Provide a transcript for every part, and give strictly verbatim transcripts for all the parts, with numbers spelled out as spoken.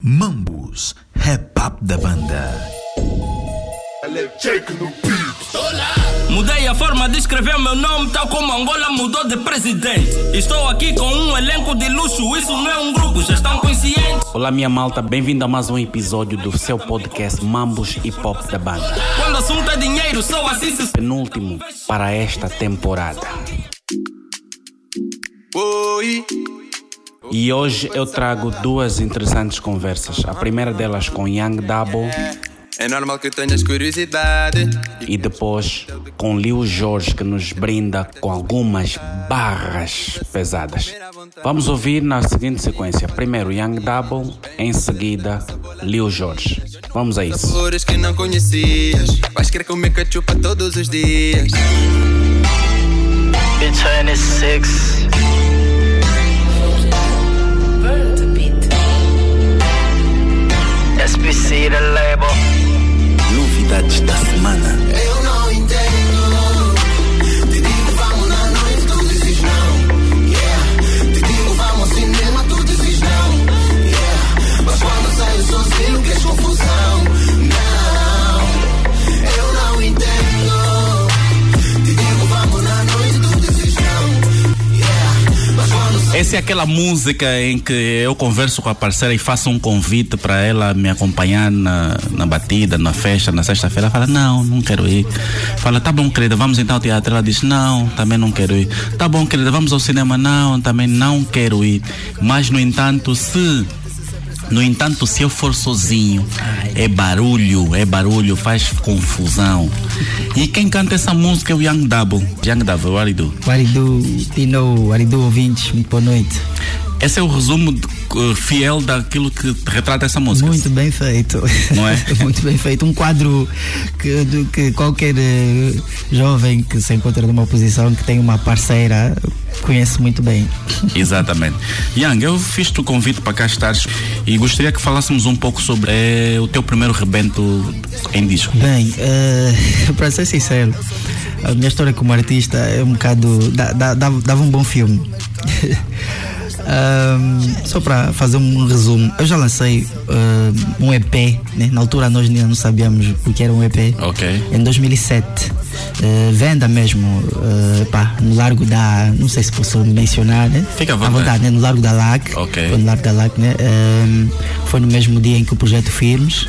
Mambus, rap up da banda. Mudei a forma de escrever meu nome, tal como Angola mudou de presidente. Estou aqui com um elenco de luxo, isso não é um grupo, já estão conscientes? Olá minha malta, bem-vindo a mais um episódio do seu podcast Mambus Hip Hop da banda. Quando o assunto é dinheiro, só assim se... Penúltimo para esta temporada. Oi. E hoje eu trago duas interessantes conversas. A primeira delas com Young Double. É normal que tenhas curiosidade. E depois com Lil Jorge, que nos brinda com algumas barras pesadas. Vamos ouvir na seguinte sequência. Primeiro Young Double, em seguida Lil Jorge. Vamos a isso. Sabores que não conhecias, vais querer comer cachupa todos os dias. Bitch twenty-six. S B C the label. Novidades da semana. Eu não entendo. Te digo vamos na noite, tu dizes não. Yeah. Te digo vamos ao cinema, tu dizes não. Yeah. Mas quando saio sozinho queres confusão. Não, eu não entendo. Te digo vamos na noite, tu dizes não. Yeah. Mas quando saio... Essa é aquela música em que eu converso com a parceira e faço um convite para ela me acompanhar na, na batida, na festa, na sexta-feira. Ela fala, não, não quero ir. Fala, tá bom, querida, vamos então ao teatro. Ela diz, não, também não quero ir. Tá bom, querida, vamos ao cinema. Não, também não quero ir. Mas, no entanto, se... No entanto, se eu for sozinho, é barulho, é barulho, faz confusão. E quem canta essa música é o Young Double. Young Double, what do you do? What do you do, Tino, what do you do, ouvintes, muito boa noite. Esse é o resumo de, uh, fiel daquilo que retrata essa música. Muito bem feito. Não é? Muito bem feito. Um quadro que, de, que qualquer uh, jovem que se encontra numa posição que tem uma parceira conhece muito bem. Exatamente. Young, eu fiz-te o convite para cá estares e gostaria que falássemos um pouco sobre eh, o teu primeiro rebento em disco. Bem, uh, para ser sincero, a minha história como artista é um bocado... Dá, dá, dava um bom filme. Um, só para fazer um resumo, eu já lancei uh, um E P, né? Na altura nós ainda não sabíamos o que era um E P. Ok. Em dois mil e sete, uh, venda mesmo, uh, pá, no Largo da, não sei se posso mencionar, né? Fica à vontade, à vontade, né? No Largo da L A C. Ok. Foi no Largo da L A C, né? Um, foi no mesmo dia em que o projeto Firmes.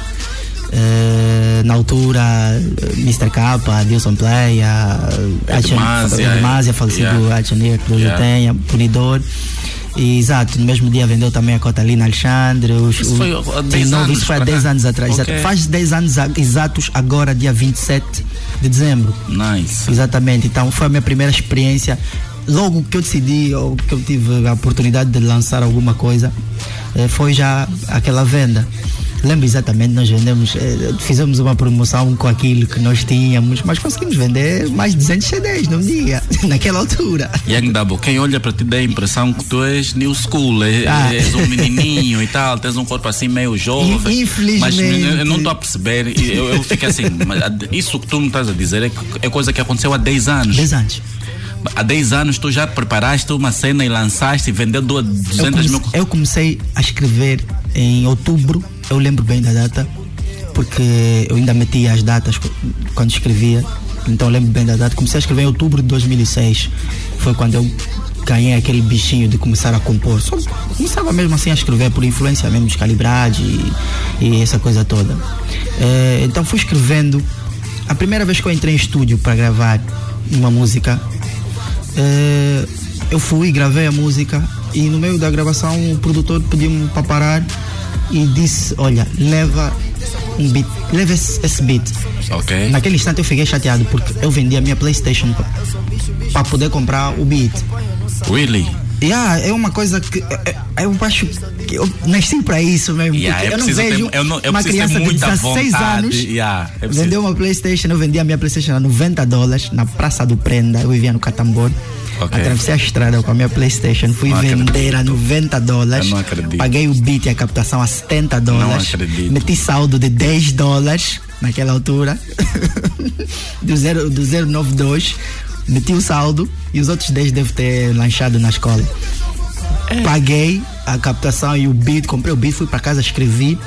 Uh, na altura mister Capa, Dilson Play, a Demasia, falecido yeah. Adjaneiro, que Deus yeah. o tenha, Punidor. E, exato, no mesmo dia vendeu também a Cotalina Alexandre. Os, isso, o, foi há dez não, anos isso foi há dez anos atrás. Okay. Faz dez anos exatos agora, dia vinte e sete de dezembro. Nice. Exatamente, então foi a minha primeira experiência. Logo que eu decidi, ou que eu tive a oportunidade de lançar alguma coisa, foi já aquela venda. Lembro exatamente, nós vendemos, eh, fizemos uma promoção com aquilo que nós tínhamos, mas conseguimos vender mais de duzentos C Ds num dia, naquela altura. Young Double, quem olha para ti dá a impressão que tu és new school, és, ah. és um menininho e tal, tens um corpo assim meio jovem. Infelizmente. Mas eu não estou a perceber, eu, eu fico assim, mas isso que tu me estás a dizer é, é coisa que aconteceu há dez anos. dez anos. Há dez anos tu já preparaste uma cena e lançaste e vendeu duzentos mil. Eu comecei a escrever em outubro, eu lembro bem da data, porque eu ainda metia as datas quando escrevia, então eu lembro bem da data. Comecei a escrever em outubro de dois mil e seis, foi quando eu ganhei aquele bichinho de começar a compor. Só começava mesmo assim a escrever por influência mesmo de Calibrade e, e essa coisa toda. É, então fui escrevendo. A primeira vez que eu entrei em estúdio para gravar uma música, é, eu fui, gravei a música e no meio da gravação o produtor pediu-me para parar e disse, olha, leva um beat, leva esse, esse beat. Okay. Naquele instante eu fiquei chateado porque eu vendi a minha PlayStation para poder comprar o beat. Really? Yeah, é uma coisa que eu acho que eu nasci para isso mesmo. Yeah, eu, eu não vejo ter, eu não, eu uma criança de dezesseis anos yeah, vendeu uma PlayStation. Eu vendi a minha PlayStation a noventa dólares na Praça do Prenda. Eu vivia no Catambor. Okay. Atravessei a estrada com a minha PlayStation, fui não vender acredito. a noventa dólares. Paguei o beat e a captação a setenta dólares. Meti saldo de dez dólares naquela altura do zero nove dois. Meti o saldo e os outros dez devo ter lanchado na escola. É. Paguei a captação e o beat, comprei o beat, fui para casa, escrevi.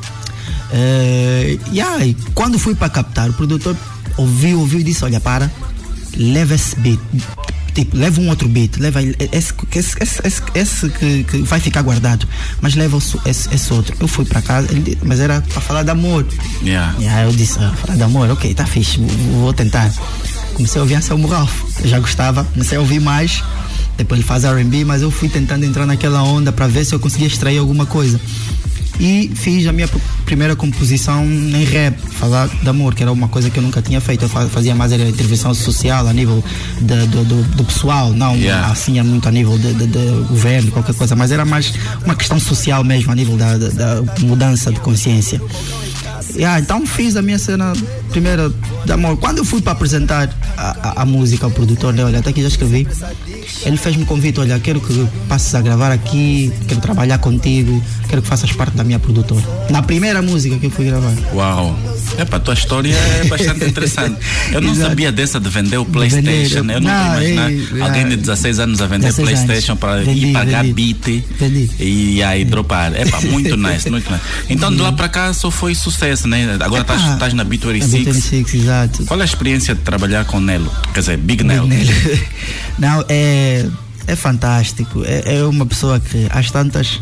Uh, e aí, quando fui para captar, o produtor ouviu, ouviu e disse: olha, para, leva esse beat, tipo, leva um outro beat, leva esse, esse, esse, esse, esse que, que vai ficar guardado, mas leva esse, esse outro. Eu fui para casa, ele, mas era para falar de amor. Yeah. E aí eu disse: ah, falar de amor, ok, tá fixe, vou, vou tentar. Comecei a ouvir Anselmo Ralph, eu já gostava, comecei a ouvir mais. Depois ele faz R and B, mas eu fui tentando entrar naquela onda para ver se eu conseguia extrair alguma coisa. E fiz a minha primeira composição em rap, falar de amor, que era uma coisa que eu nunca tinha feito. Eu fazia mais a intervenção social a nível de, do, do, do pessoal, não yeah. assim muito a nível de, de, de governo, qualquer coisa, mas era mais uma questão social mesmo, a nível da, da, da mudança de consciência. Yeah, então fiz a minha cena primeira de amor. Quando eu fui para apresentar a, a, a música ao produtor, né, olha, até que já escrevi, ele fez-me um convite: olha, quero que passes a gravar aqui, quero trabalhar contigo, quero que faças parte da minha produtora. Na primeira música que eu fui gravar. Uau! Epa, a tua história é bastante interessante. Eu não Exato. sabia dessa de vender o PlayStation. Eu não estou imaginando alguém de dezasseis anos a vender PlayStation para ir pagar vendi. beat Vendi. e aí dropar. Epa, muito nice, muito nice. Então de lá para cá só foi sucesso, né? Agora estás na Beat vinte e seis. vinte e seis, exato. Qual é a experiência de trabalhar com Nelo? Quer dizer, Big Nelo. Não, é, é fantástico. É, é uma pessoa que às tantas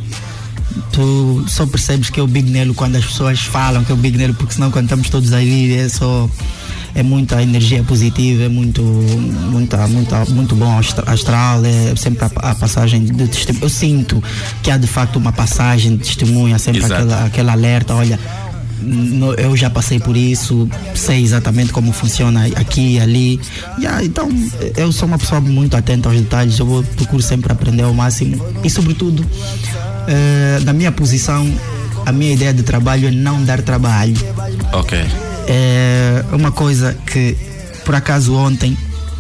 tu só percebes que é o Big Nelo quando as pessoas falam que é o Big Nelo, porque senão quando estamos todos aí é só é muita energia positiva, é muito muita, muita, muito bom astral, é sempre a, a passagem de testemunho. Eu sinto que há de facto uma passagem de testemunho, sempre aquela, aquela alerta: olha, no, eu já passei por isso, sei exatamente como funciona aqui e ali. Yeah, então eu sou uma pessoa muito atenta aos detalhes, eu vou, procuro sempre aprender ao máximo e sobretudo uh, na minha posição, a minha ideia de trabalho é não dar trabalho. Ok. É uma coisa que por acaso ontem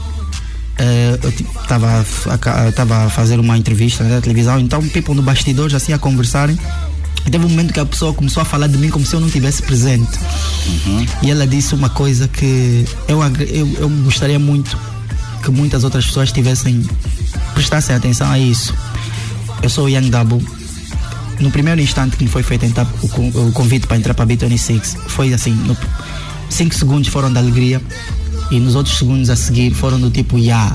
uh, eu estava estava a fazer uma entrevista na televisão, então people no bastidores assim a conversarem. Teve um momento que a pessoa começou a falar de mim como se eu não estivesse presente. Uhum. E ela disse uma coisa que eu, eu, eu gostaria muito que muitas outras pessoas tivessem, prestassem atenção a isso. Eu sou o Young Double. No primeiro instante que me foi feito entrar, o, o convite para entrar para a Beat vinte e seis, foi assim, no, cinco segundos foram de alegria e nos outros segundos a seguir foram do tipo: yeah,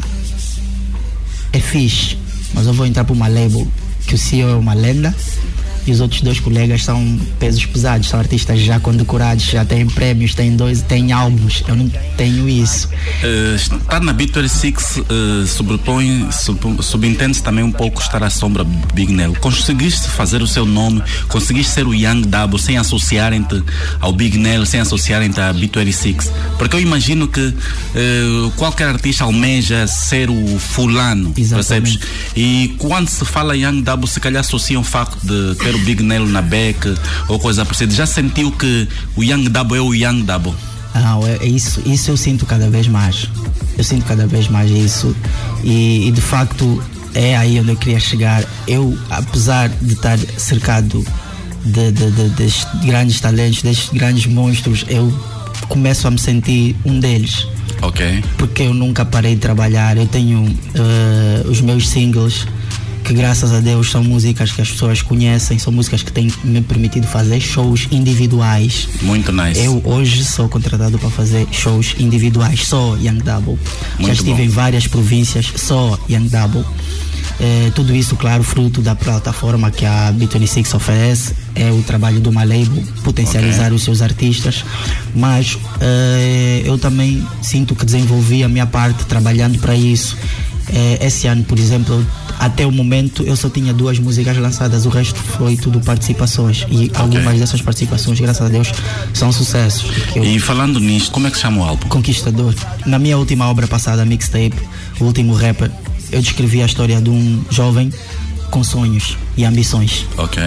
é fixe, mas eu vou entrar para uma label que o C E O é uma lenda e os outros dois colegas são pesos pesados, são artistas já condecorados, já têm prémios, têm dois, têm álbuns. Eu não tenho isso. Uh, estar na Beat vinte e seis uh, sobrepõe, sub, subentende-se também um pouco estar à sombra do Big Nelo. Conseguiste fazer o seu nome, conseguiste ser o Young Double sem associarem-te ao Big Nelo, sem associarem-te à Beat vinte e seis? Porque eu imagino que uh, qualquer artista almeja ser o fulano, percebes? E quando se fala Young Double, se calhar associa o facto de ter o Big Nelo na back ou coisa parecida. Já sentiu que o Young Double é o Young Double? Não, é isso, isso eu sinto cada vez mais. Eu sinto cada vez mais isso. E, e de facto é aí onde eu queria chegar. Eu, apesar de estar cercado de, de, de, destes grandes talentos, destes grandes monstros, eu começo a me sentir um deles. Ok. Porque eu nunca parei de trabalhar. Eu tenho uh, os meus singles, que graças a Deus são músicas que as pessoas conhecem, são músicas que têm me permitido fazer shows individuais. Muito nice. Eu hoje sou contratado para fazer shows individuais, só Young Double. Muito Já estive bom. em várias províncias, só Young Double. É, tudo isso, claro, fruto da plataforma que a Beat vinte e seis oferece. É o trabalho de uma label, potencializar okay. os seus artistas. Mas é, eu também sinto que desenvolvi a minha parte trabalhando para isso. É, esse ano, por exemplo, até o momento eu só tinha duas músicas lançadas, o resto foi tudo participações e okay. algumas dessas participações, graças a Deus, são sucessos. Eu... E falando nisto, como é que se chama o álbum? Conquistador. Na minha última obra passada, Mixtape, o último rapper, eu descrevi a história de um jovem com sonhos e ambições. Ok.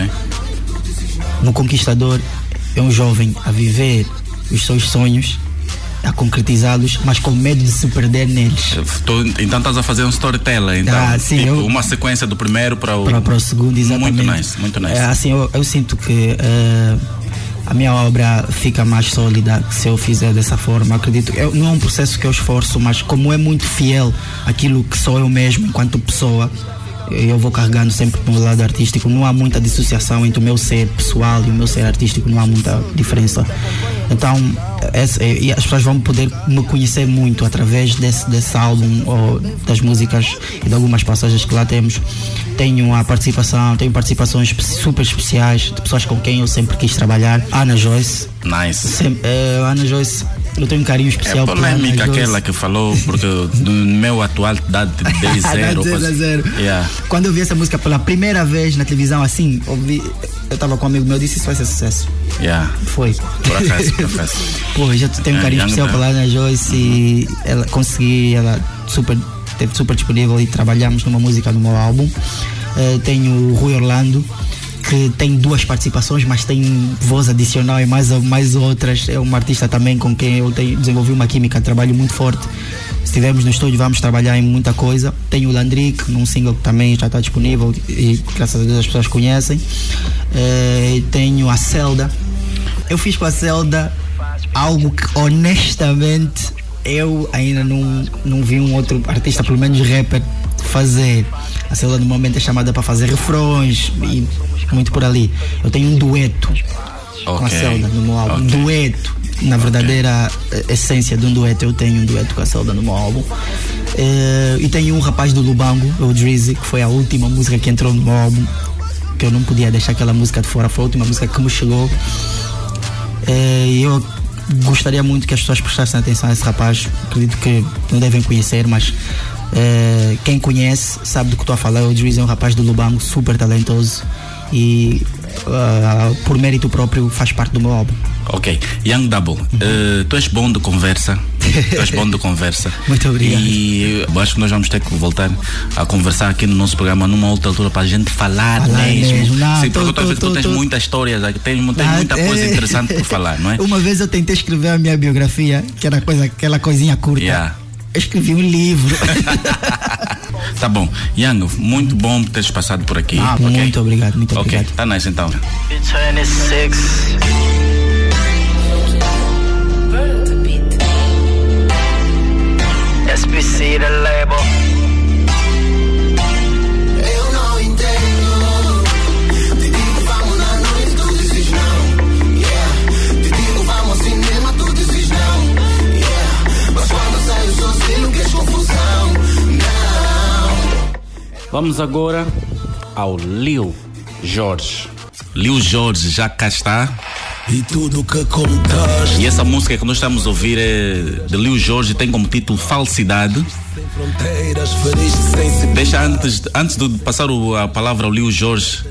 No Conquistador é um jovem a viver os seus sonhos, a concretizá-los, mas com medo de se perder neles. Tô, então estás a fazer um storyteller, então, ah, sim, tipo, eu, uma sequência do primeiro para o... para, para o segundo, exatamente. Muito nice, muito nice. É, assim, eu, eu sinto que uh, a minha obra fica mais sólida se eu fizer dessa forma. Acredito, eu, não é um processo que eu esforço, mas como é muito fiel àquilo que sou eu mesmo enquanto pessoa, eu vou carregando sempre para o meu lado artístico. Não há muita dissociação entre o meu ser pessoal e o meu ser artístico, não há muita diferença. Então, essa, e as pessoas vão poder me conhecer muito através desse, desse álbum, ou das músicas e de algumas passagens que lá temos. Tenho a participação, tenho participações super especiais de pessoas com quem eu sempre quis trabalhar. Ana Joyce. Nice. Sempre, uh, Ana Joyce, eu tenho um carinho especial é por Ana polêmica Joyce. Aquela que falou, porque no meu atual dá de dez a zero. dez a zero. Yeah. Quando eu vi essa música pela primeira vez na televisão, assim, ouvi, eu estava com um amigo meu, disse isso vai ser sucesso. Yeah. Foi. Por acaso, por acaso. Pô, já tenho um carinho Young especial pela Ana Joyce, uhum. E ela consegui, ela super, esteve super disponível e trabalhamos numa música no meu álbum. Uh, tenho o Rui Orlando, que tem duas participações, mas tem voz adicional e mais, mais outras. É um artista também com quem eu tenho, desenvolvi uma química, trabalho muito forte. Se estivermos no estúdio, vamos trabalhar em muita coisa. Tenho o Landrick, num single que também já está disponível e graças a Deus as pessoas conhecem. Uh, tenho a Zelda. Eu fiz com a Zelda algo que honestamente eu ainda não, não vi um outro artista, pelo menos rapper, fazer. A Zelda no momento é chamada para fazer refrões e muito por ali. Eu tenho um dueto okay. com a Zelda no meu álbum. Okay. Dueto. Na verdadeira okay. essência de um dueto, eu tenho um dueto com a Zelda no meu álbum. Uh, e tenho um rapaz do Lubango, o Drizzy, que foi a última música que entrou no meu álbum, que eu não podia deixar aquela música de fora, foi a última música que me chegou. E uh, eu gostaria muito que as pessoas prestassem atenção a esse rapaz. Acredito que não devem conhecer, mas uh, quem conhece sabe do que estou a falar. O Drizzy é um rapaz do Lubango, super talentoso e uh, por mérito próprio faz parte do meu álbum. Ok, Young Double, uhum. uh, tu és bom de conversa, tu és bom de conversa. Muito obrigado. E eu acho que nós vamos ter que voltar a conversar aqui no nosso programa numa outra altura para a gente falar, falar mesmo. mesmo. Não, Sim, tô, porque tô, tô, tu tens tô, muitas histórias, tens, tens não, muita coisa é, interessante por falar, não é? Uma vez eu tentei escrever a minha biografia, que era coisa, aquela coisinha curta. Yeah. Eu escrevi um livro. Tá bom. Young, muito bom teres passado por aqui. Ah, okay? Muito obrigado, muito okay. obrigado. Ok, tá nice então. twenty-six S B C the label. Eu não entendo. Te digo vamos na noite, tu dizes não. Yeah. Te digo vamos ao cinema, tu dizes não. Yeah. Mas quando saio sozinho, queres confusão. Não. Vamos agora ao Lil Jorge. Lil Jorge já cá está. E tudo que acontece. E essa música que nós estamos a ouvir é de Lil Jorge, tem como título Falsidade. Deixa antes, antes de passar a palavra ao Lil Jorge,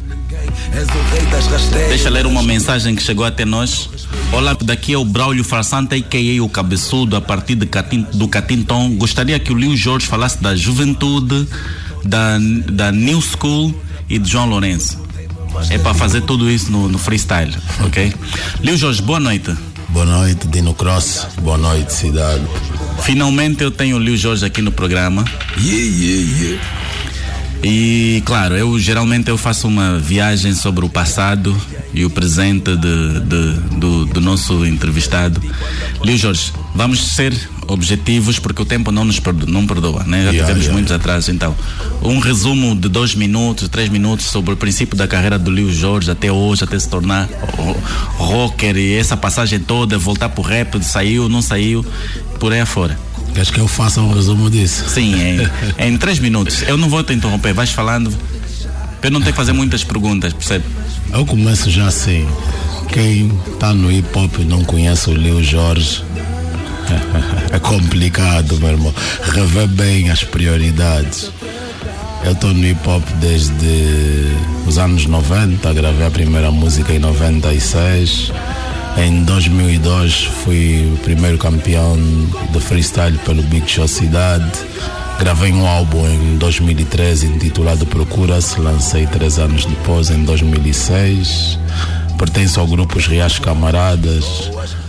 deixa ler uma mensagem que chegou até nós. Olá, daqui é o Braulio Farsante, a k a o Cabeçudo, a partir de Catin, do Catinton. Gostaria que o Lil Jorge falasse da juventude, da, da New School e de João Lourenço. É para fazer tudo isso no, no freestyle, ok? Lil Jorge, boa noite. Boa noite, Dino Cross. Boa noite, cidade. Finalmente eu tenho o Lil Jorge aqui no programa. Yeah, yeah, yeah. E claro, eu geralmente eu faço uma viagem sobre o passado e o presente de, de, do, do nosso entrevistado. Lil Jorge, vamos ser objetivos porque o tempo não nos perdoa, não perdoa, né? Já yeah, tivemos yeah. muitos atrasos. Então, um resumo de dois minutos, três minutos sobre o princípio da carreira do Lil Jorge até hoje, até se tornar rocker e essa passagem toda, voltar pro rap, saiu, não saiu, por aí afora. Queres que eu faça um resumo disso? Sim, é, é em três minutos. Eu não vou te interromper, vais falando. Eu não tenho que fazer muitas perguntas, percebe? Eu começo já assim. Quem está no hip hop e não conhece o Lil Jorge, é complicado, meu irmão. Rever bem as prioridades. Eu estou no hip hop desde os anos noventa, gravei a primeira música em noventa e seis. Em dois mil e dois fui o primeiro campeão de freestyle pelo Big Show Cidade. Gravei um álbum em dois mil e treze intitulado Procura-se, lancei três anos depois, em dois mil e seis. Pertenço ao grupo Os Reais Camaradas.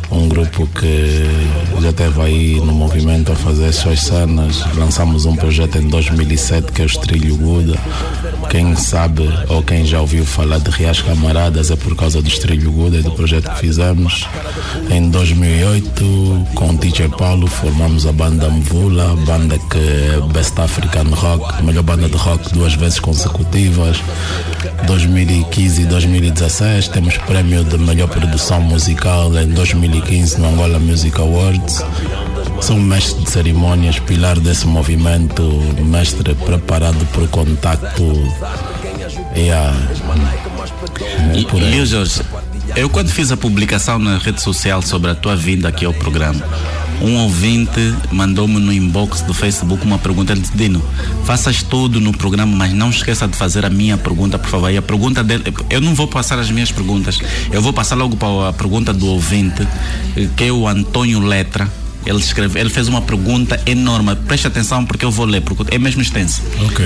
um grupo que já esteve aí no movimento a fazer as suas cenas. Lançamos um projeto em dois mil e sete que é o Estrilho Guda. Quem sabe ou quem já ouviu falar de Rias Camaradas é por causa do Estrilho Guda e do projeto que fizemos. Em dois mil e oito, com o D J Paulo, formamos a banda Mvula, banda que é Best African Rock, melhor banda de rock duas vezes consecutivas. dois mil e quinze e dois mil e dezesseis temos prémio de melhor produção musical em dois mil e quinze no Angola Music Awards. Sou mestre de cerimônias, pilar desse movimento, mestre preparado por contacto. Yeah. E, e Jorge, eu quando fiz a publicação na rede social sobre a tua vinda aqui ao programa, um ouvinte mandou-me no inbox do Facebook uma pergunta. Ele disse: Dino, faças tudo no programa, mas não esqueça de fazer a minha pergunta, por favor. E a pergunta dele, eu não vou passar as minhas perguntas, eu vou passar logo para a pergunta do ouvinte, que é o Antônio Letra. Ele escreve, ele fez uma pergunta enorme. Preste atenção porque eu vou ler, porque é mesmo extenso. Ok.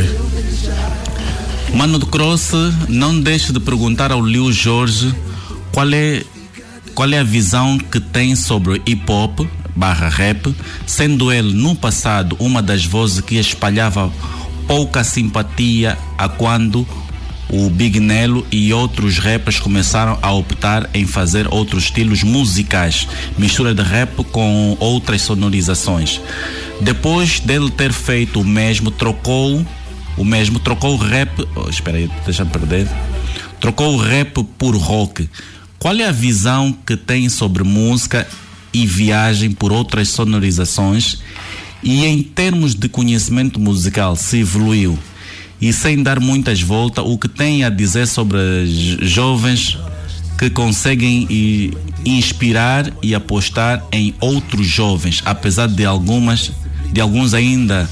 Mano do Cross, não deixe de perguntar ao Lil Jorge qual é, qual é a visão que tem sobre hip hop barra rap, sendo ele no passado uma das vozes que espalhava pouca simpatia a quando o Big Nelo e outros rappers começaram a optar em fazer outros estilos musicais, mistura de rap com outras sonorizações. Depois dele ter feito o mesmo, trocou o mesmo, trocou o rap, oh, espera aí, deixa-me perder, trocou o rap por rock. Qual é a visão que tem sobre música e viagem por outras sonorizações? E em termos de conhecimento musical, se evoluiu? E sem dar muitas voltas, o que tem a dizer sobre jovens que conseguem e inspirar e apostar em outros jovens, apesar de algumas, de alguns ainda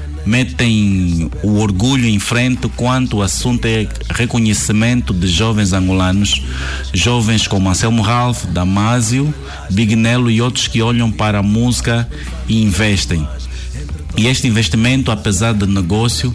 metem o orgulho em frente quanto o assunto é reconhecimento de jovens angolanos, jovens como Anselmo Ralph, Damásio, Big Nelo e outros que olham para a música e investem. E este investimento, apesar de negócio,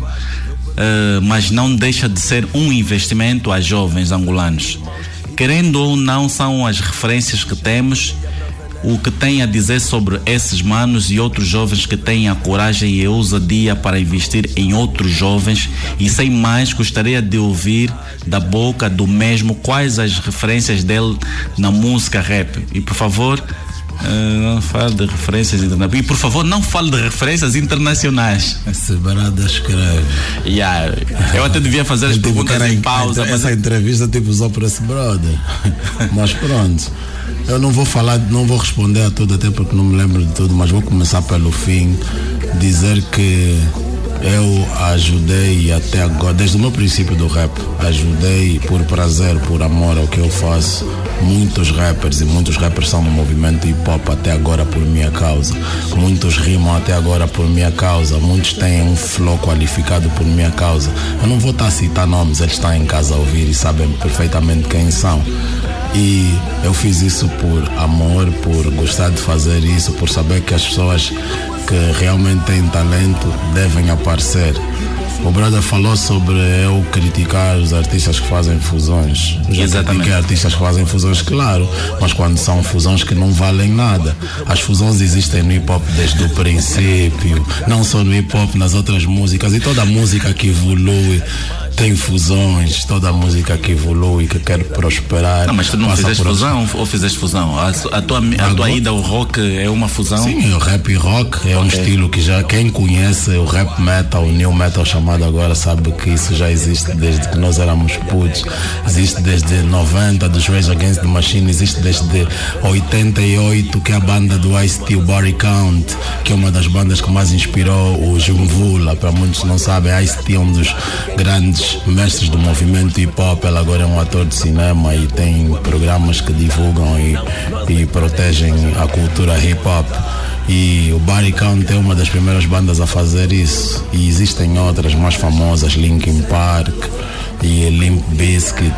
Uh, mas não deixa de ser um investimento a jovens angolanos. Querendo ou não, são as referências que temos. O que tem a dizer sobre esses manos e outros jovens que têm a coragem e a ousadia para investir em outros jovens. E sem mais, gostaria de ouvir da boca do mesmo quais as referências dele na música rap. E por favor, Uh, não fale de referências internacionais. E por favor, não fale de referências internacionais. Esse barada escreve. Yeah. Eu até devia fazer as perguntas em pausa. Essa mas... entrevista tipo usou para esse brother. Mas pronto. Eu não vou falar, não vou responder a tudo, até porque não me lembro de tudo, mas vou começar pelo fim. Dizer que eu ajudei até agora, desde o meu princípio do rap, ajudei por prazer, por amor ao que eu faço, muitos rappers, e muitos rappers são no movimento hip hop até agora por minha causa. Muitos rimam até agora por minha causa. Muitos têm um flow qualificado por minha causa. Eu não vou estar a citar nomes, eles estão em casa a ouvir e sabem perfeitamente quem são. E eu fiz isso por amor, por gostar de fazer isso, por saber que as pessoas que realmente têm talento devem aparecer. O brother falou sobre eu criticar os artistas que fazem fusões. Já Exatamente. critiquei artistas que fazem fusões, claro, mas quando são fusões que não valem nada. As fusões existem no hip hop desde o princípio, não só no hip hop, nas outras músicas, e toda música que evolui tem fusões, toda música que evolui, que quer prosperar. Não, mas tu não fizeste fusão ou fizeste fusão? A, a, tua, a tua ida ao rock é uma fusão? Sim, o rap e rock é okay. Um estilo que já quem conhece o rap metal, o new metal chamado agora, sabe que isso já existe desde que nós éramos putos. Existe desde noventa, dos Rage Against the Machine, existe desde oitenta e oito, que é a banda do Ice-T, o Body Count, que é uma das bandas que mais inspirou o Jumvula. Para muitos não sabem, Ice-T é um dos grandes mestres do movimento hip hop. Ele agora é um ator de cinema e tem programas que divulgam e, e protegem a cultura hip hop. E o Body Count é uma das primeiras bandas a fazer isso. E existem outras mais famosas, Linkin Park e Limp Bizkit.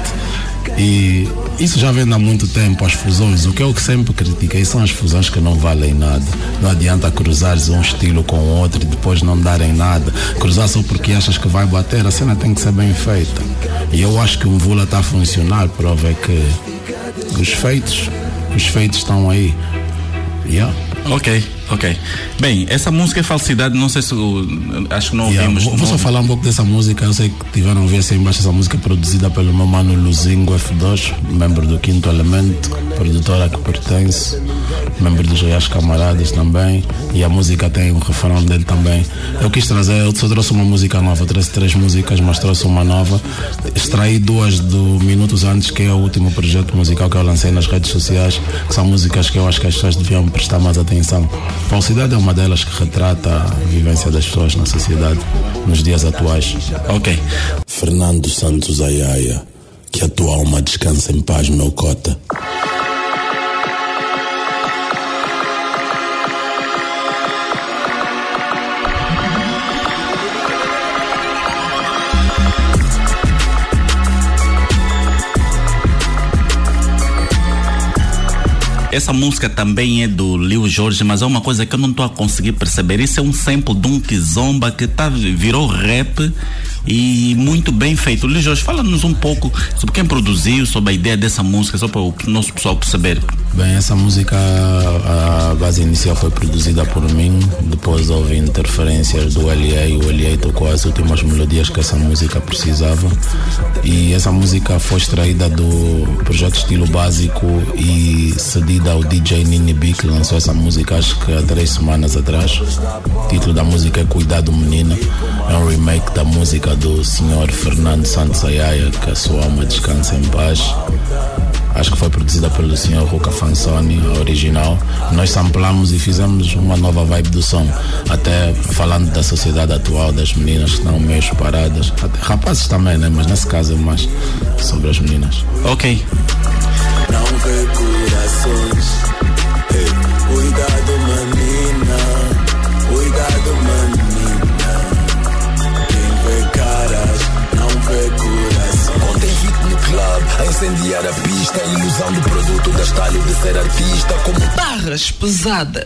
E isso já vem há muito tempo, as fusões. O que eu sempre critiquei são as fusões que não valem nada. Não adianta cruzares um estilo com o outro e depois não darem nada. Cruzar só porque achas que vai bater, a cena tem que ser bem feita. E eu acho que o Mvula está a funcionar. Prova é que os feitos os feitos estão aí. Yeah. Ok, ok. Bem, essa música é Falsidade, não sei se acho que não yeah, ouvimos. Vou, vou só não... falar um pouco dessa música. Eu sei que tiveram a ouvir assim embaixo. Essa música é produzida pelo meu mano Luzingo F dois, membro do Quinto Elemento, produtora que pertence, membro dos Reais Camaradas também. E a música tem um refrão dele também. Eu quis trazer, eu só trouxe uma música nova, trouxe três músicas, mas trouxe uma nova. Extraí duas do Minutos Antes, que é o último projeto musical que eu lancei nas redes sociais, que são músicas que eu acho que as pessoas deviam prestar mais atenção. Falsidade é uma delas que retrata a vivência das pessoas na sociedade nos dias atuais. Ok. Fernando Santos Ayaya, que a tua alma descansa em paz, meu cota. Essa música também é do Lil Jorge, mas é uma coisa que eu não estou a conseguir perceber. Isso é um sample de um Kizomba que tá, virou rap e muito bem feito. Lil Jorge, fala-nos um pouco sobre quem produziu, sobre a ideia dessa música, só para o nosso pessoal perceber. Bem, essa música, a base inicial foi produzida por mim, depois houve interferências do L A e o L A tocou as últimas melodias que essa música precisava, e essa música foi extraída do projeto Estilo Básico e cedida ao D J Nini B, que lançou essa música acho que há três semanas atrás. O título da música é Cuidado Menina, é um remake da música do senhor Fernando Santos Ayaya, que a sua alma descansa em paz. Acho que foi produzida pelo senhor Ruka Fansoni, a original. Nós samplamos e fizemos uma nova vibe do som, até falando da sociedade atual, das meninas que estão meio paradas, até rapazes também, né? Mas nesse caso é mais sobre as meninas. Ok. Não vê corações, hey, cuidado menina, cuidado menina. Quem vê caras, não vê coração. Ontem vi no club a incendiar a pista, a ilusão do produto da estalho de ser artista, como barras pesadas.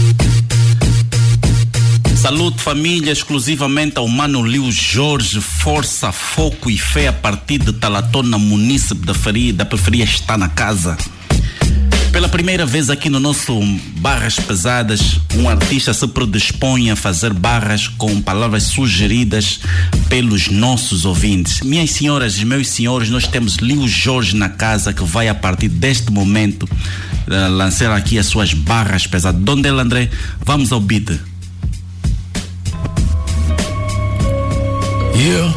Saúde família, exclusivamente ao mano Lil Jorge, força, foco e fé a partir de Talatona, munícipe da Faria, da periferia está na casa. Pela primeira vez aqui no nosso Barras Pesadas, um artista se predispõe a fazer barras com palavras sugeridas pelos nossos ouvintes. Minhas senhoras e meus senhores, nós temos Lil Jorge na casa, que vai a partir deste momento uh, lançar aqui as suas barras pesadas. Donde ele, André? Vamos ao beat. Yeah.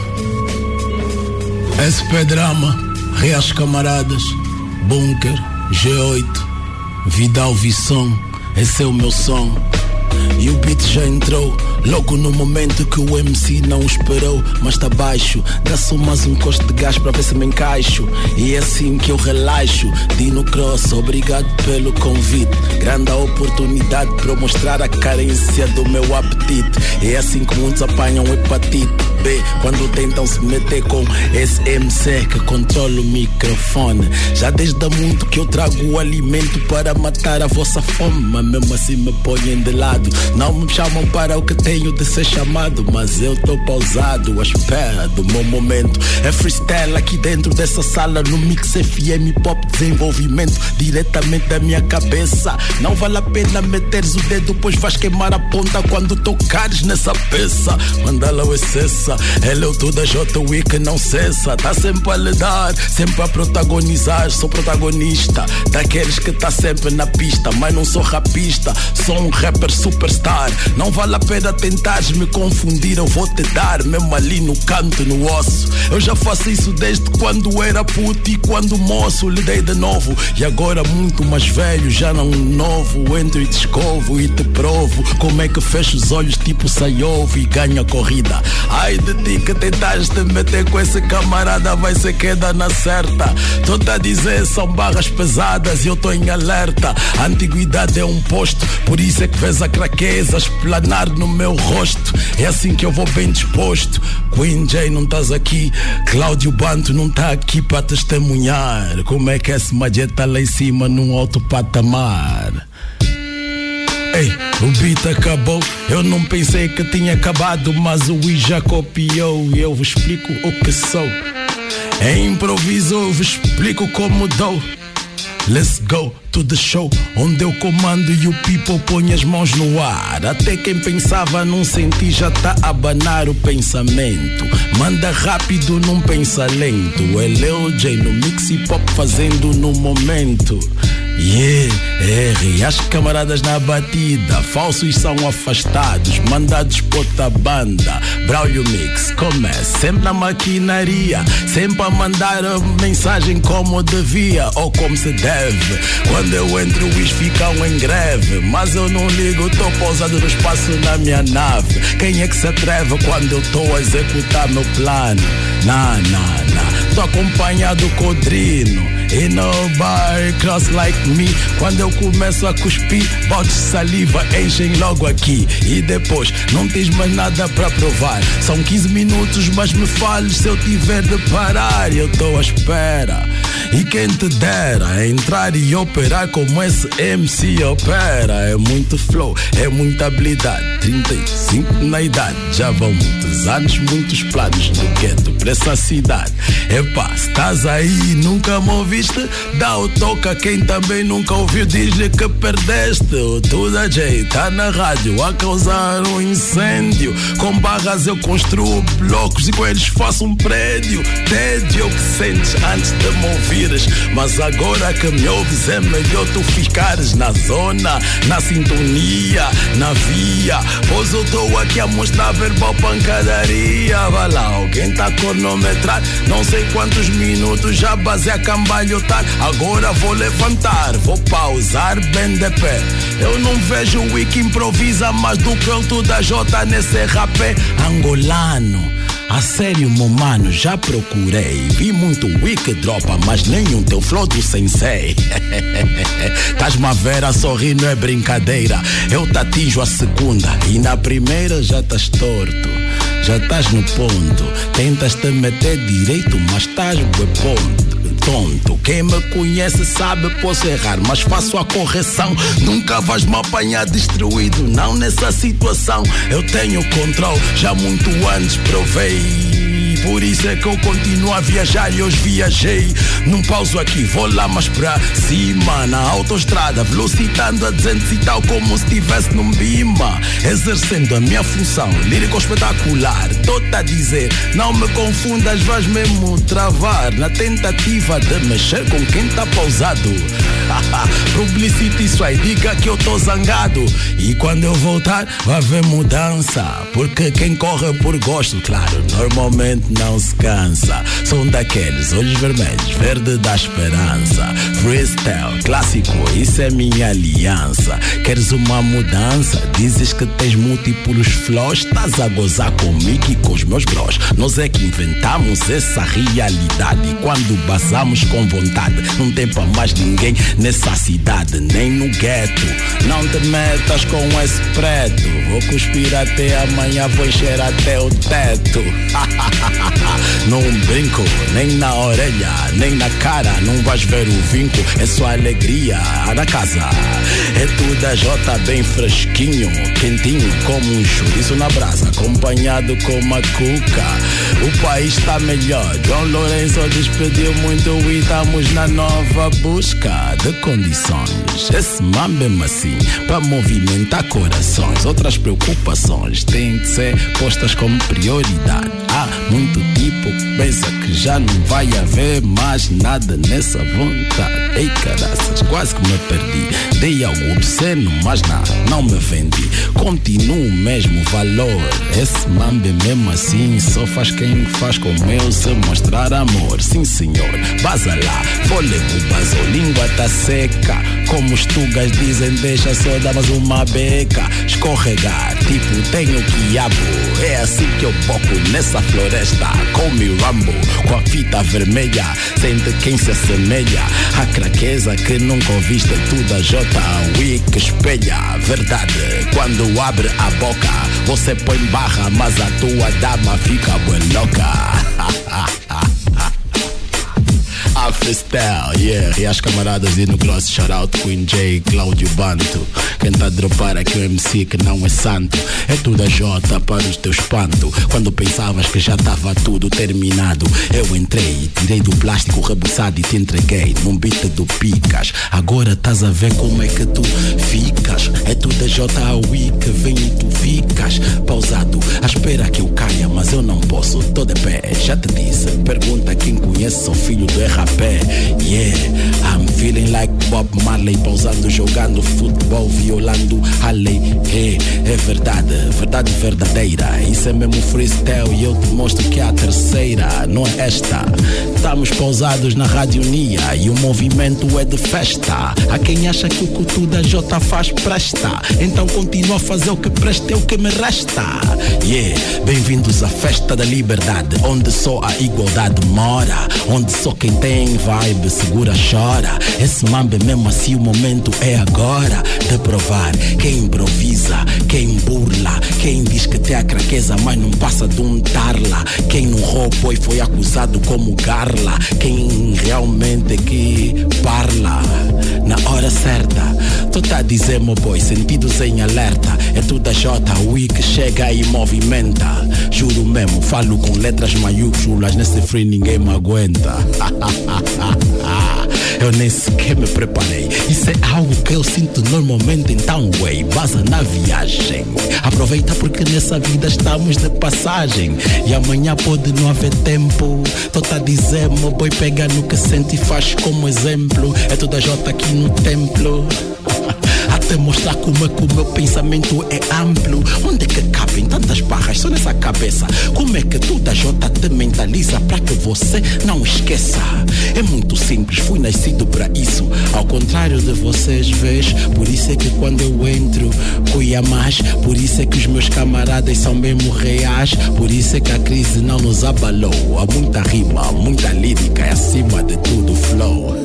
S P Drama, Reais Camaradas, Bunker, G oito, Vidal Visson, esse é o meu som. E o beat já entrou logo no momento que o M C não esperou. Mas tá baixo, dá só mais um costo de gás pra ver se me encaixo. E é assim que eu relaxo. Dino Cross, obrigado pelo convite. Grande a oportunidade para eu mostrar a carência do meu apetite. E é assim que muitos apanham hepatite B quando tentam se meter com esse M C que controla o microfone. Já desde há muito que eu trago o alimento para matar a vossa fome, mas mesmo assim me põem de lado. Não me chamam para o que tenho de ser chamado, mas eu tô pausado à espera do meu momento. É freestyle aqui dentro dessa sala, no Mix F M Pop Desenvolvimento, diretamente da minha cabeça. Não vale a pena meteres o dedo, pois vais queimar a ponta quando tocares nessa peça. Manda lá o excessa, ele é o tudo da J W que não cessa. Tá sempre a lhe dar, sempre a protagonizar. Sou protagonista daqueles que tá sempre na pista, mas não sou rapista, sou um rapper superstar. Não vale a pena tentares me confundir, eu vou te dar mesmo ali no canto, no osso. Eu já faço isso desde quando era puto e quando moço lhe dei de novo. E agora muito mais velho, já não novo, entro e te escovo e te provo como é que fecho os olhos tipo saiovo e ganho a corrida. Ai de ti que tentares te meter com esse camarada, vai ser queda na certa. Tô-te a dizer, são barras pesadas e eu tô em alerta. A antiguidade é um posto, por isso é que vês a craqueza esplanar no meu rosto. É assim que eu vou bem disposto. Queen J não estás aqui, Cláudio Banto não tá aqui para testemunhar como é que esse Magé tá lá em cima num alto patamar. Ei, o beat acabou, eu não pensei que tinha acabado, mas o I já copiou e eu vos explico o que sou. Em improviso eu vos explico como dou. Let's go to the show, onde eu comando e o people põe as mãos no ar. Até quem pensava não sentir já tá a abanar o pensamento. Manda rápido, não pensa lento. L L J no mix hip hop fazendo no momento. Yeah, R, as camaradas na batida. Falsos são afastados, mandados por outra banda. Braulio Mix começa sempre na maquinaria, sempre a mandar a mensagem como devia ou como se deve. Quando eu entro os ficam em greve, mas eu não ligo, tô pousado no espaço na minha nave. Quem é que se atreve quando eu tô a executar meu plano? Nah, nah, nah, tô acompanhado com o Drino. E nobody cross like me. Quando eu começo a cuspir, baldes de saliva enchem logo aqui. E depois, não tens mais nada pra provar. São quinze minutos, mas me fales se eu tiver de parar. Eu tô à espera. E quem te dera entrar e operar como esse M C opera. É muito flow, é muita habilidade. trinta e cinco na idade, já vão muitos anos, muitos planos do gueto pra essa cidade. Epá, se estás aí, nunca me ouviste, dá o toque a quem também nunca ouviu, diz-lhe que perdeste. O Tudo a J tá na rádio a causar um incêndio. Com barras eu construo blocos e com eles faço um prédio. Tédio que sentes antes de me ouvires, mas agora que me ouves é melhor tu ficares na zona, na sintonia, na via. Pois eu tô aqui a mostrar verbal pancadaria. Vai lá, alguém tá a cronometrar, não sei quantos minutos já basei a cambalhotar. Agora vou levantar, vou pausar bem de pé. Eu não vejo o Wiki improvisa mais do que o Tudo a J nesse rapé angolano. A sério, meu mano, já procurei. Vi muito wiki dropa, mas nenhum teu flow do sensei. Tás-me a ver a sorrir, não é brincadeira. Eu te atinjo a segunda e na primeira já estás torto. Já estás no ponto, tentas te meter direito, mas estás bué ponto. Tonto, quem me conhece sabe posso errar, mas faço a correção. Nunca vais me apanhar destruído, não nessa situação. Eu tenho controle, já muito antes provei. Por isso é que eu continuo a viajar e hoje viajei. Não pauso aqui, vou lá mais pra cima. Na autoestrada, velocitando a duzentos e tal, como se estivesse num bima. Exercendo a minha função, lírico espetacular. Tô-te a dizer, não me confundas, vais mesmo travar na tentativa de mexer com quem tá pausado. Publicite isso aí, diga que eu tô zangado. E quando eu voltar, vai haver mudança. Porque quem corre por gosto, claro, normalmente não se cansa. São daqueles olhos vermelhos, verde da esperança. Freestyle, clássico, isso é minha aliança. Queres uma mudança? Dizes que tens múltiplos flows. Estás a gozar comigo e com os meus bros. Nós é que inventamos essa realidade. E quando basamos com vontade, não tem pra mais ninguém nessa cidade, nem no gueto. Não te metas com esse preto. Vou cuspir até amanhã, vou encher até o teto. Não brinco, nem na orelha, nem na cara. Não vais ver o vinco, é só alegria na casa. É Tudo a J bem fresquinho, quentinho, como um chouriço na brasa, acompanhado com uma cuca. O país está melhor, João Lourenço despediu muito e estamos na nova busca de condições. Esse mambo assim, para movimentar corações. Outras preocupações têm de ser postas como prioridade. Há muito tipo que pensa que já não vai haver mais nada nessa vontade. Ei caraças, quase que me perdi. Dei algo obsceno, mas não, não me vendi. Continuo o mesmo valor. Esse mambo mesmo assim só faz quem faz como eu, se mostrar amor. Sim senhor, baza lá, fôlego, basou, língua tá seca. Como os tugas dizem, deixa só dar mais uma beca. Escorregar, tipo tenho quiabo. É assim que eu foco nessa floresta. Come Rambo, com a fita vermelha. Sente quem se assemelha à craqueza que nunca ouviste. Tudo a J, Wiki espelha verdade. Quando abre a boca, você põe barra, mas a tua dama fica bué louca. A freestyle, yeah. E as camaradas de no cross, shout out Queen J, Cláudio Banto. Quem tá a dropar aqui o M C que não é santo. É tudo a J para os teus espanto. Quando pensavas que já tava tudo terminado, eu entrei, tirei do plástico rebuçado e te entreguei num beat do Picas. Agora estás a ver como é que tu ficas. É tudo a J A U I que vem e tu ficas pausado, à espera que eu caia, mas eu não posso, tô de pé. Já te disse, pergunta quem conhece o filho do R A P. Yeah, I'm feeling like Bob Marley, pausando, jogando futebol, violando a lei. Hey, é verdade, verdade verdadeira. Isso é mesmo freestyle e eu te mostro que é a terceira, não é esta. Estamos pausados na radionia e o movimento é de festa. Há quem acha que o que tu da J faz presta, então continua a fazer o que presta, é o que me resta. Yeah, bem-vindos à festa da liberdade, onde só a igualdade mora, onde só quem tem vibe segura chora. Esse mambo é mesmo assim, o momento é agora de provar. Quem improvisa, quem burla, quem diz que tem a craqueza mas não passa de um tarla, quem não roubou e foi acusado como garla, quem realmente é que parla na hora certa. Tu tá a dizer, meu boy, sentidos em alerta. É tudo a J U I que chega e movimenta. Juro mesmo, falo com letras maiúsculas, nesse free ninguém me aguenta. Eu nem sequer me preparei, isso é algo que eu sinto normalmente. Então, way, baza na viagem. Aproveita porque nessa vida estamos de passagem e amanhã pode não haver tempo. Tô tá a dizer, meu boy, pega no que sente e faz como exemplo. É tudo a J aqui no templo. Até mostrar como é que o meu pensamento é amplo. Onde é que cabem tantas barras só nessa cabeça? Como é que toda J te mentaliza para que você não esqueça? É muito simples, fui nascido para isso. Ao contrário de vocês, vês? Por isso é que quando eu entro, cuia mais. Por isso é que os meus camaradas são mesmo reais. Por isso é que a crise não nos abalou. Há muita rima, muita lírica e acima de tudo flow.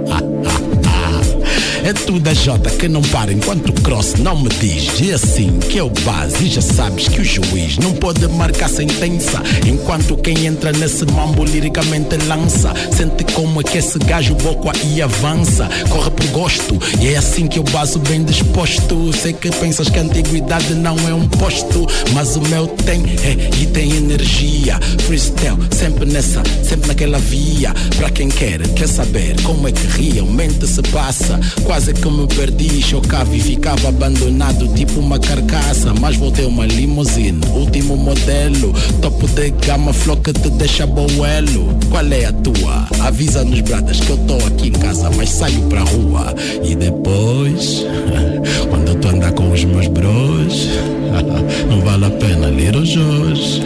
É tudo a J que não para enquanto o cross não me diz. E assim que eu base, e já sabes que o juiz não pode marcar sentença enquanto quem entra nesse mambo liricamente lança. Sente como é que esse gajo boca e avança. Corre por gosto e é assim que eu baso bem disposto. Sei que pensas que a antiguidade não é um posto, mas o meu tem, é, e tem energia. Freestyle, sempre nessa, sempre naquela via. Pra quem quer, quer saber como é que realmente se passa. Quase que me perdi, chocava e ficava abandonado tipo uma carcaça. Mas voltei uma limusine, último modelo, topo de gama, flow que te deixa boelo. Qual é a tua? Avisa nos bradas que eu tô aqui em casa, mas saio pra rua. E depois, quando eu tô andar com os meus bros, não vale a pena ler os hoje.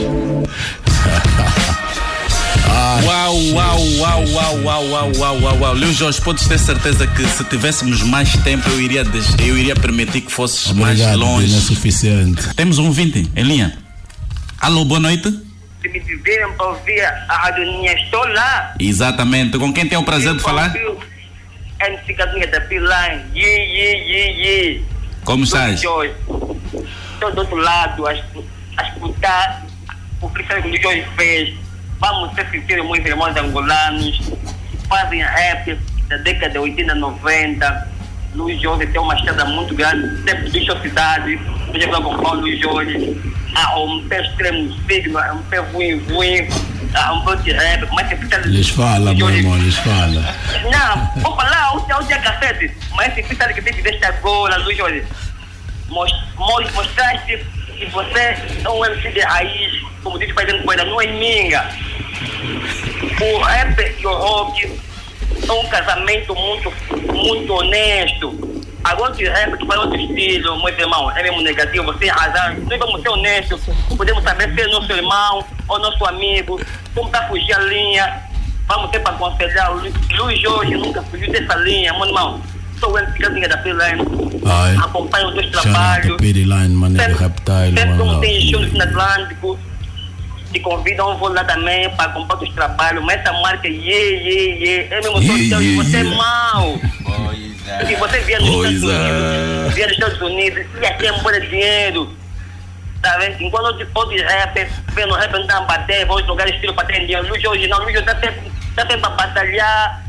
Uau, uau, uau, uau, uau, uau, uau, uau, uau. Leo Jorge, podes ter certeza que se tivéssemos mais tempo eu iria, eu iria permitir que fosses Obrigado, mais longe. Não é suficiente. Temos um ouvinte em linha. Alô, boa noite. Se me tiverem para ouvir a radioninha, estou lá. Exatamente. Com quem tem o prazer de falar? M C Cadinha da P-Line. Ye, ye, ye, ye. Como estás? Estou do outro lado a, a escutar o que o Jorge fez. Vamos ser sinceros, meus irmãos angolanos, fazem rap da década de oitenta, noventa. Luiz Jorge tem uma estrada muito grande, sempre deixou cidade. Eu já falo com o Luiz Jorge. Há um pé extremo signo, há um pé ruim, ruim, há um pé de rap. Mas se precisa. Lhes fala, meu irmão, lhes fala. Não, vou falar, o teu dia cassete. Mas se precisa que te deste agora, Luiz Jorge. Mostraste que você é um M C de raiz, como diz o pai dentro poeira, não é minga. O rap e o rock é um casamento muito, muito honesto. Agora o rap que faz outro estilo, meu irmão, é mesmo negativo, você tem razão. Nós vamos ser honestos, podemos saber se é nosso irmão ou nosso amigo, como está a fugir a linha. Vamos ter para aconselhar. O Luiz Jorge nunca fugiu dessa linha, meu irmão. Sou o M C Cadinha da P-Line, acompanho os dois trabalhos. Sempre como tem show no Atlântico, te convidam, eu vou lá também para acompanhar os trabalhos. Mas essa marca, ye, ye, ye, é mesmo só yeah, yeah, você yeah. é mau. Se você vier nos Estados Unidos, vier nos Estados Unidos, e aqui é embora dinheiro. Tá vendo? Enquanto eu te pode rap, vendo rap, não bater, vamos jogar estilo para ter dinheiro. Luiz Jorge não, Luiz Jorge está sempre para batalhar.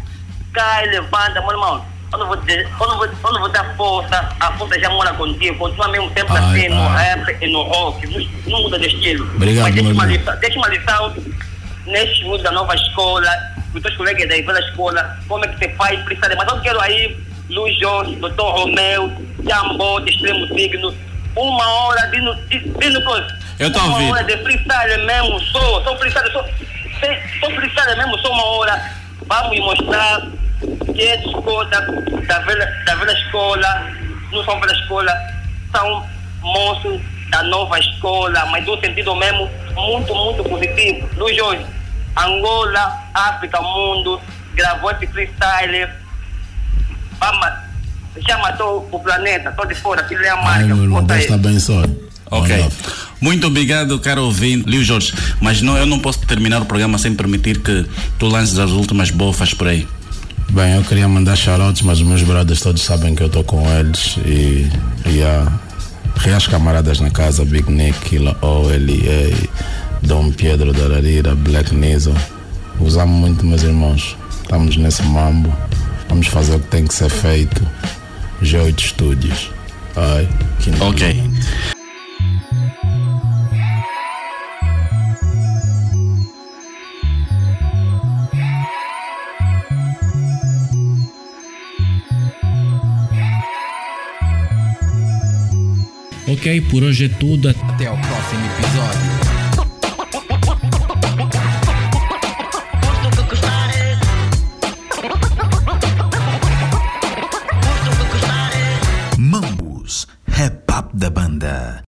cai, levanta, meu irmão. Eu não vou, dizer, eu não vou, eu não vou dar força, a força já mora contigo, continua mesmo sempre Ai, assim no ai. rap e no rock, não, não muda de estilo. Obrigado, Mas deixa meu uma, irmão. lição, deixa uma lição neste mundo da nova escola, os teus colegas da velha escola, como é que você faz, precisa. Mas eu quero aí, Luiz Jorge, doutor Romeu, Jambô, de Extremo Signo, uma hora de, no- de, de, no Eu tô uma ouvindo. hora de freestyle mesmo, sou, sou freestyle, sou, sou freestyle mesmo, sou uma hora. Vamos mostrar que é de escola, da velha, da velha escola, não são velha escola, são monstros da nova escola, mas no sentido mesmo muito, muito positivo. Luiz Jorge, Angola, África, mundo, gravou esse freestyle, vamos, já matou o planeta, estou de fora, filho é a Ai, marca. meu irmão, conta Deus aí. está abençoado. Ok. Muito obrigado, caro ouvinte, Liu Jorge. Mas não, eu não posso terminar o programa sem permitir que tu lances as últimas bofas por aí. Bem, eu queria mandar shoutouts, mas os meus brothers todos sabem que eu estou com eles. E, e a reais camaradas na casa, Big Nick, Killa O, L A, Dom Pedro da Ararira, Black Nizo. Usamos muito, meus irmãos. Estamos nesse mambo. Vamos fazer o que tem que ser feito. G oito Studios. Ai, que Ok. Ok, por hoje é tudo. Até ao próximo episódio. Mambus, rap up da banda.